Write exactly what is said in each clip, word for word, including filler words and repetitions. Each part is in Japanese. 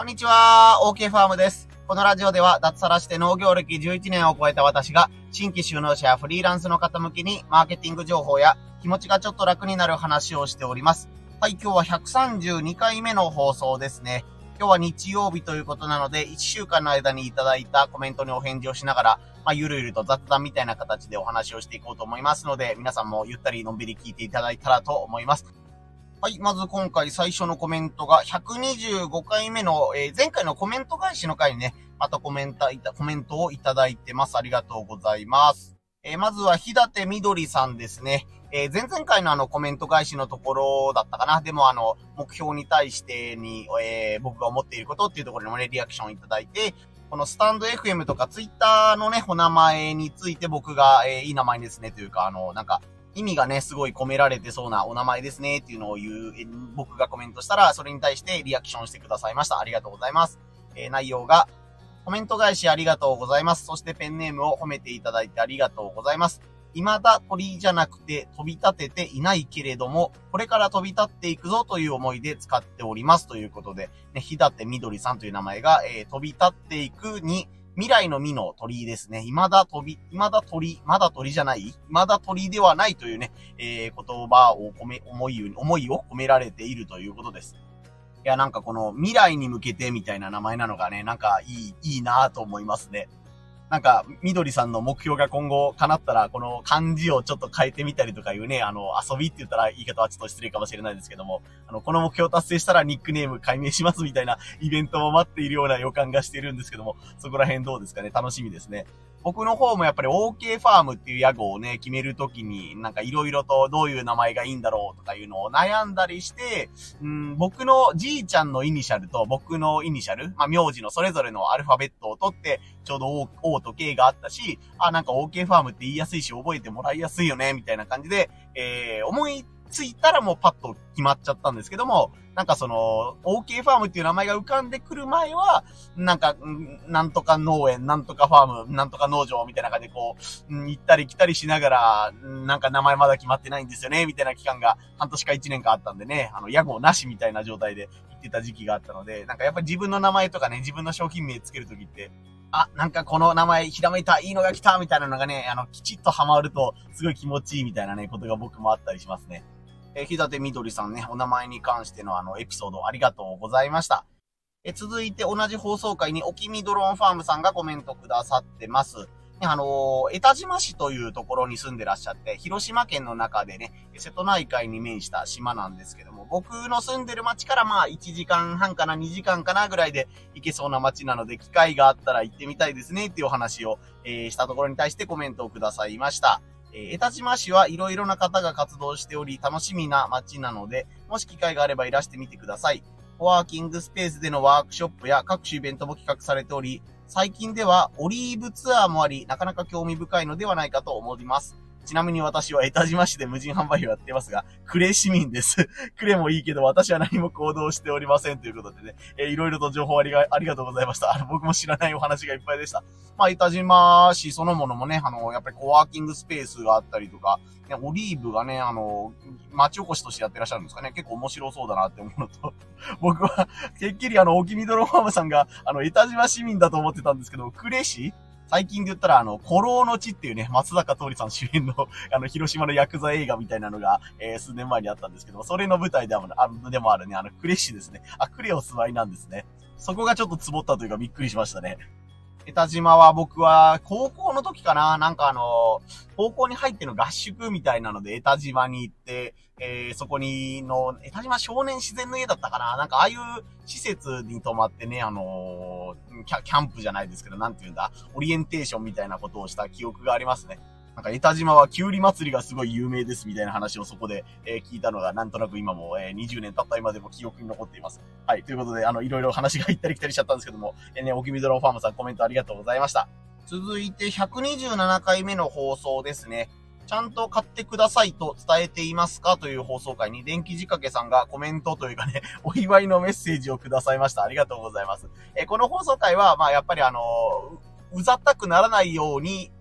んにちは、オーケー ファームです。このラジオでは脱サラして農業歴じゅういちねんを超えた私が新規就農者やフリーランスの方向けにマーケティング情報や気持ちがちょっと楽になる話をしております。はい、今日はひゃくさんじゅうにかいめの放送ですね。今日は日曜日ということなのでいっしゅうかんの間にいただいたコメントにお返事をしながら、まあ、ゆるゆると雑談みたいな形でお話をしていこうと思いますので、皆さんもゆったりのんびり聞いていただいたらと思います。はい。まず今回最初のコメントがひゃくにじゅうごかいめの、えー、前回のコメント返しの回にね、またコメント、コメントをいただいてます。ありがとうございます。えー、まずは日立みどりさんですね。えー、前々回のあのコメント返しのところだったかな。でもあの、目標に対してに、えー、僕が思っていることっていうところにもね、リアクションいただいて、このスタンド エフエム とかツイッターのね、お名前について僕が、えー、いい名前ですねというか、あの、なんか、意味がね、すごい込められてそうなお名前ですねっていうのを言う、え僕がコメントしたら、それに対してリアクションしてくださいました。ありがとうございます。えー、内容が、コメント返しありがとうございます。そしてペンネームを褒めていただいてありがとうございます。未だ鳥じゃなくて飛び立てていないけれども、これから飛び立っていくぞという思いで使っておりますということで、ね、日立みどりさんという名前が、えー、飛び立っていくに、未来の実の鳥ですね。未だ飛び、未だ鳥、まだ鳥じゃない未だ鳥ではないというね、えー、言葉を込め、思い、思いを込められているということです。いや、なんかこの未来に向けてみたいな名前なのがね、なんかいい、いいなぁと思いますね。なんか、みどりさんの目標が今後叶ったら、この漢字をちょっと変えてみたりとかいうね、あの、遊びって言ったら言い方はちょっと失礼かもしれないですけども、あの、この目標達成したらニックネーム改名しますみたいなイベントも待っているような予感がしているんですけども、そこら辺どうですかね、楽しみですね。僕の方もやっぱり オーケー ファームっていう屋号をね、決めるときに、なんかいろいろとどういう名前がいいんだろうとかいうのを悩んだりして、うん、僕のじいちゃんのイニシャルと僕のイニシャル、まあ、名字のそれぞれのアルファベットを取って、ちょうど O, O と K があったし、あ、なんか オーケー ファームって言いやすいし覚えてもらいやすいよね、みたいな感じで、えー、思いついたらもうパッと決まっちゃったんですけども、なんかその、オーケー ファームっていう名前が浮かんでくる前は、なんか、なんとか農園、なんとかファーム、なんとか農場みたいな感じでこう、行ったり来たりしながら、なんか名前まだ決まってないんですよね、みたいな期間が半年かいちねんかあったんでね、あの、屋号なしみたいな状態で行ってた時期があったので、なんかやっぱり自分の名前とかね、自分の商品名つけるときって、あ、なんかこの名前ひらめいた、いいのが来た、みたいなのがね、あの、きちっとハマると、すごい気持ちいいみたいなね、ことが僕もあったりしますね。えー、日立みどりさんね、お名前に関してのあの、エピソードありがとうございました。えー、続いて同じ放送回に、おきみドローンファームさんがコメントくださってます。ね、あのー、江田島市というところに住んでらっしゃって、広島県の中でね、瀬戸内海に面した島なんですけども、僕の住んでる町からまあいちじかんはんかな、にじかんかなぐらいで行けそうな町なので、機会があったら行ってみたいですねっていうお話を、えー、したところに対してコメントをくださいました。えー、江田島市はいろいろな方が活動しており、楽しみな町なので、もし機会があればいらしてみてください。コワーキングスペースでのワークショップや各種イベントも企画されており、最近ではオリーブツアーもあり、なかなか興味深いのではないかと思います。ちなみに私は江田島市で無人販売をやっていますが、呉市民です。呉もいいけど私は何も行動しておりませんということでね、えー、いろいろと情報ありが、ありがとうございました。あの、僕も知らないお話がいっぱいでした。まあ、江田島市そのものもね、あの、やっぱりコワーキングスペースがあったりとか、ね、オリーブがね、あの、町おこしとしてやってらっしゃるんですかね。結構面白そうだなって思うのと、僕は、てっきりあの、おきみどろファームさんが、あの、江田島市民だと思ってたんですけど、呉市最近で言ったら、あの、古老の地っていうね、松坂桃李さん主演の、あの、広島のヤクザ映画みたいなのが、えー、数年前にあったんですけど、それの舞台でもある、でもあるね、あの、呉市ですね。あ、呉お住まいなんですね。そこがちょっとつぼったというかびっくりしましたね。江田島は僕は高校の時かな、なんかあの、高校に入っての合宿みたいなので江田島に行って、えー、そこにの、江田島少年自然の家だったかな、なんかああいう施設に泊まってね、あのー、キャ、キャンプじゃないですけど、なんていうんだ、オリエンテーションみたいなことをした記憶がありますね。なんか江田島はキュウリ祭りがすごい有名ですみたいな話をそこで、えー、聞いたのがなんとなく今も、えー、にじゅうねん経った今でも記憶に残っています。はい。ということで、あの、いろいろ話が行ったり来たりしちゃったんですけども、えー、ね、おきみどろファームさんコメントありがとうございました。続いてひゃくにじゅうななかいめの放送ですね。ちゃんと買ってくださいと伝えていますかという放送回に電気仕掛けさんがコメントというかね、お祝いのメッセージをくださいました。ありがとうございます。えー、この放送回は、まあやっぱりあのー、うざったくならないように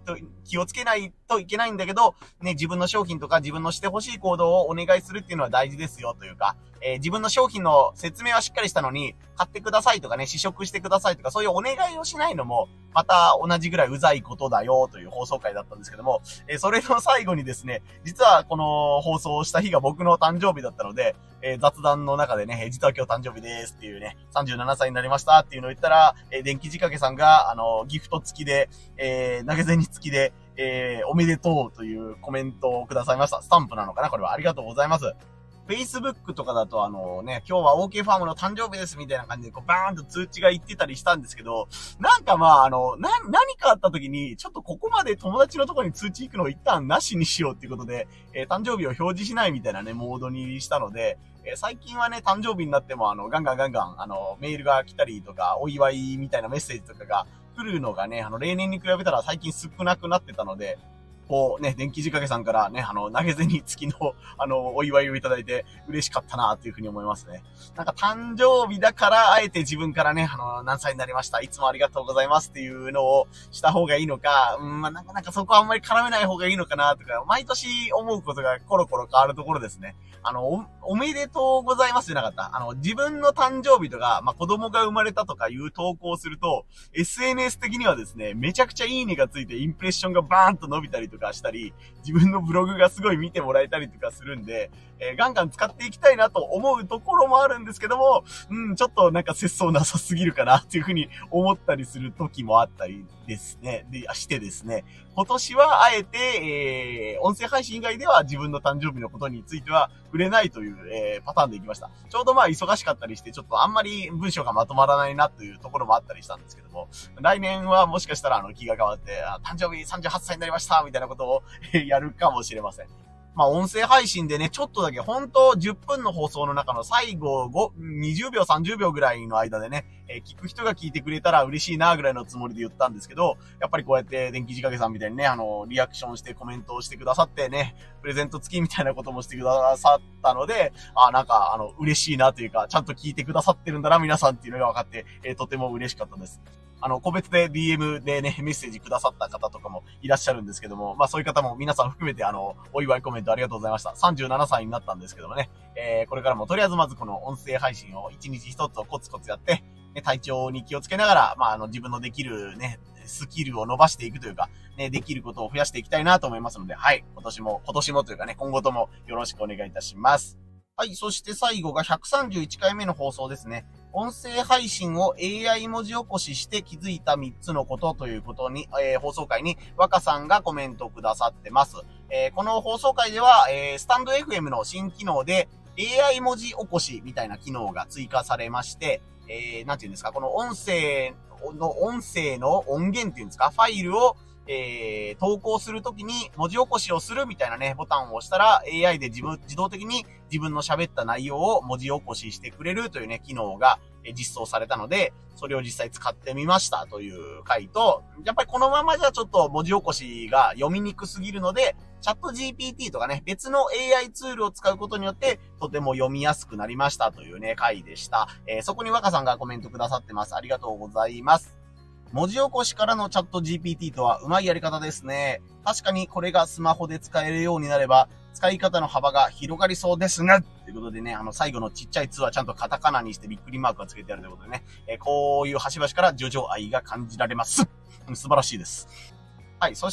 と、気をつけないといけないんだけど、ね、自分の商品とか自分のしてほしい行動をお願いするっていうのは大事ですよというか、えー、自分の商品の説明はしっかりしたのに、買ってくださいとかね、試食してくださいとか、そういうお願いをしないのも、また同じぐらいうざいことだよという放送回だったんですけども、えー、それの最後にですね、実はこの放送をした日が僕の誕生日だったので、えー、雑談の中でね、実は今日誕生日ですっていうね、さんじゅうななさいになりましたっていうのを言ったら、えー、電気仕掛けさんが、あの、ギフト付きで、えー、投げ銭付きで、えー、おめでとうというコメントをくださいました。スタンプなのかなこれは。ありがとうございます。Facebook とかだとあのね、今日は OK ファームの誕生日ですみたいな感じでこうバーンと通知が言ってたりしたんですけど、なんかまああの、な、何かあった時に、ちょっとここまで友達のところに通知行くのを一旦なしにしようっていうことで、えー、誕生日を表示しないみたいなね、モードにしたので、えー、最近はね、誕生日になってもあの、ガンガンガンガン、あの、メールが来たりとか、お祝いみたいなメッセージとかが来るのがね、あの、例年に比べたら最近少なくなってたので、こうね、電気仕掛けさんからね、あの、投げ銭付きの、あの、お祝いをいただいて嬉しかったなっていうふうに思いますね。なんか誕生日だから、あえて自分からね、あの、何歳になりました。いつもありがとうございますっていうのをした方がいいのか、うん、まあ、なんかなんかそこはあんまり絡めない方がいいのかなとか、毎年思うことがコロコロ変わるところですね。あの、お、おめでとうございますじゃなかった。あの、自分の誕生日とか、まあ、子供が生まれたとかいう投稿をすると、エスエヌエス 的にはですね、めちゃくちゃいいねがついてインプレッションがバーンと伸びたりとかしたり、自分のブログがすごい見てもらえたりとかするんで、えー、ガンガン使っていきたいなと思うところもあるんですけども、うん、ちょっとなんか節操なさすぎるかなっていうふうに思ったりする時もあったりですね。で、してですね、今年はあえて、えー、音声配信以外では自分の誕生日のことについては触れないという、えー、パターンでいきました。ちょうどまあ忙しかったりして、ちょっとあんまり文章がまとまらないなというところもあったりしたんですけども、来年はもしかしたらあの気が変わって、誕生日さんじゅうはっさいになりましたみたいなことをやるかもしれません。まあ、音声配信でね、ちょっとだけ、ほんとじゅっぷんの放送の中の最後ご、にじゅうびょう、さんじゅうびょうぐらいの間でね、えー、聞く人が聞いてくれたら嬉しいなぐらいのつもりで言ったんですけど、やっぱりこうやって電気仕掛けさんみたいにね、あの、リアクションしてコメントをしてくださってね、プレゼント付きみたいなこともしてくださったので、あ、なんか、あの、嬉しいなというか、ちゃんと聞いてくださってるんだな、皆さんっていうのが分かって、えー、とても嬉しかったです。あの、個別で ディーエム でね、メッセージくださった方とかもいらっしゃるんですけども、まあそういう方も皆さん含めてあの、お祝いコメントありがとうございました。さんじゅうななさいになったんですけどもね、えー、これからもとりあえずまずこの音声配信を一日一つをコツコツやって、ね、体調に気をつけながら、まああの、自分のできるね、スキルを伸ばしていくというか、ね、できることを増やしていきたいなと思いますので、はい、今年も、今年もというかね、今後ともよろしくお願いいたします。はい、そして最後がひゃくさんじゅういっかいめの放送ですね。音声配信を エーアイ 文字起こしして気づいたみっつのことということに、えー、放送回に若さんがコメントをくださってます。えー、この放送回では、えー、スタンド エフエム の新機能で エーアイ 文字起こしみたいな機能が追加されまして、えー、なんていうんですか、この音声の音声の音源っていうんですか、ファイルをえー、投稿するときに文字起こしをするみたいなね、ボタンを押したら エーアイ で自分、自動的に自分の喋った内容を文字起こししてくれるというね、機能が実装されたので、それを実際使ってみましたという回と、やっぱりこのままじゃちょっと文字起こしが読みにくすぎるので、チャット ジーピーティー とかね、別の エーアイ ツールを使うことによって、とても読みやすくなりましたというね、回でした。えー、そこに若さんがコメントくださってます。ありがとうございます。文字起こしからのチャット ジーピーティー とはうまいやり方ですね。確かにこれがスマホで使えるようになれば、使い方の幅が広がりそうですね。ということでね、あの最後のちっちゃいつはちゃんとカタカナにしてびっくりマークがつけてあるということでね、えー、こういう端々からジョジョ愛が感じられます。素晴らしいです。はい。そして、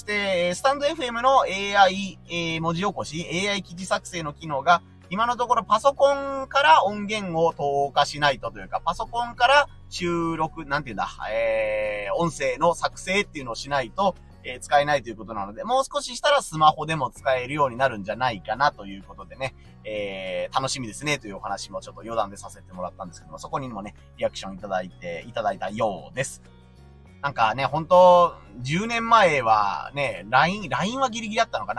スタンド エフエム の エーアイ、えー、文字起こし、エーアイ 記事作成の機能が、今のところパソコンから音源を投下しないとというか、パソコンから収録、なんていうんだ、えー、音声の作成っていうのをしないと、えー、使えないということなので、もう少ししたらスマホでも使えるようになるんじゃないかなということでね、えー、楽しみですねというお話もちょっと余談でさせてもらったんですけども、そこにもね、リアクションいただいて、いただいたようです。なんかね、本当じゅうねんまえはね、ライン、ライン はギリギリだったのかな。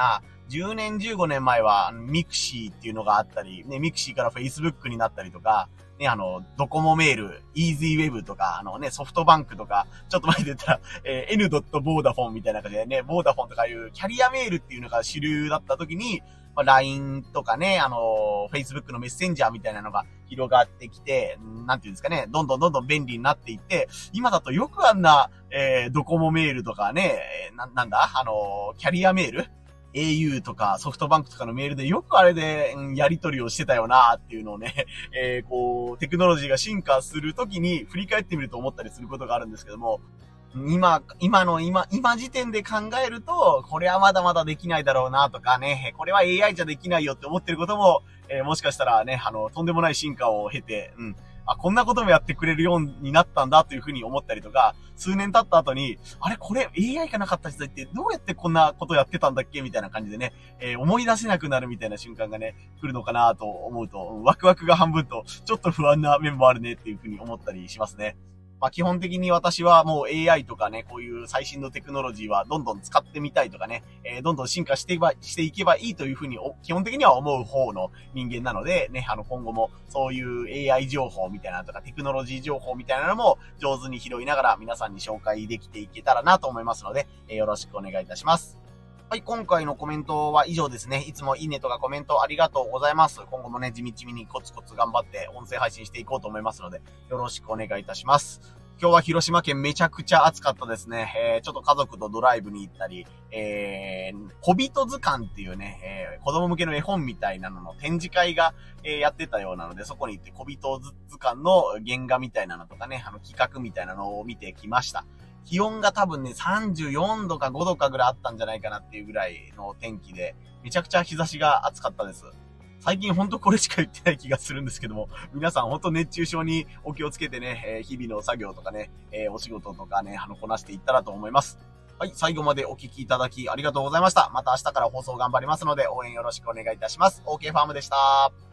じゅうねん、じゅうごねんまえは、ミクシーっていうのがあったり、ね、ミクシーから Facebook になったりとか、ね、あの、ドコモメール、イージーウェブとか、あのね、ソフトバンクとか、ちょっと前で言ったら、えー、N. ボーダフォンみたいな感じでね、ボーダフォンとかいうキャリアメールっていうのが主流だった時に、まあ、ライン とかね、あの、Facebook のメッセンジャーみたいなのが広がってきて、なんていうんですかね、どんどんどんどん便利になっていって、今だとよくあんな、えー、ドコモメールとかね、な、なんだあの、キャリアメールエーユー とかソフトバンクとかのメールでよくあれで、うん、やり取りをしてたよなっていうのをね、えー、こう、テクノロジーが進化するときに振り返ってみると思ったりすることがあるんですけども、今、今の今、今時点で考えると、これはまだまだできないだろうなとかね、これは エーアイ じゃできないよって思ってることも、えー、もしかしたらね、あの、とんでもない進化を経て、うん。あ、こんなこともやってくれるようになったんだというふうに思ったりとか、数年経った後に、あれこれ エーアイ がなかった時代ってどうやってこんなことやってたんだっけみたいな感じでね、えー、思い出せなくなるみたいな瞬間がね、来るのかなと思うと、ワクワクが半分と、ちょっと不安な面もあるねっていうふうに思ったりしますね。まあ基本的に私はもう エーアイ とかね、こういう最新のテクノロジーはどんどん使ってみたいとかね、えー、どんどん進化していけば、していけばいいというふうに基本的には思う方の人間なので、ね、あの今後もそういう エーアイ 情報みたいなのとかテクノロジー情報みたいなのも上手に拾いながら皆さんに紹介できていけたらなと思いますので、えー、よろしくお願いいたします。はい、今回のコメントは以上ですね。いつもいいねとかコメントありがとうございます。今後もね、地道にコツコツ頑張って音声配信していこうと思いますので、よろしくお願いいたします。今日は広島県めちゃくちゃ暑かったですね。えー、ちょっと家族とドライブに行ったり、えー、小人図鑑っていうね、えー、子供向けの絵本みたいなのの展示会が、えー、やってたようなので、そこに行って小人図鑑の原画みたいなのとかね、あの企画みたいなのを見てきました。気温が多分ね、さんじゅうよんどかごどかぐらいあったんじゃないかなっていうぐらいの天気で、めちゃくちゃ日差しが暑かったです。最近ほんとこれしか言ってない気がするんですけども、皆さんほんと熱中症にお気をつけてね、えー、日々の作業とかね、えー、お仕事とかね、あの、こなしていったらと思います。はい、最後までお聞きいただきありがとうございました。また明日から放送頑張りますので、応援よろしくお願いいたします。オーケー ファームでした。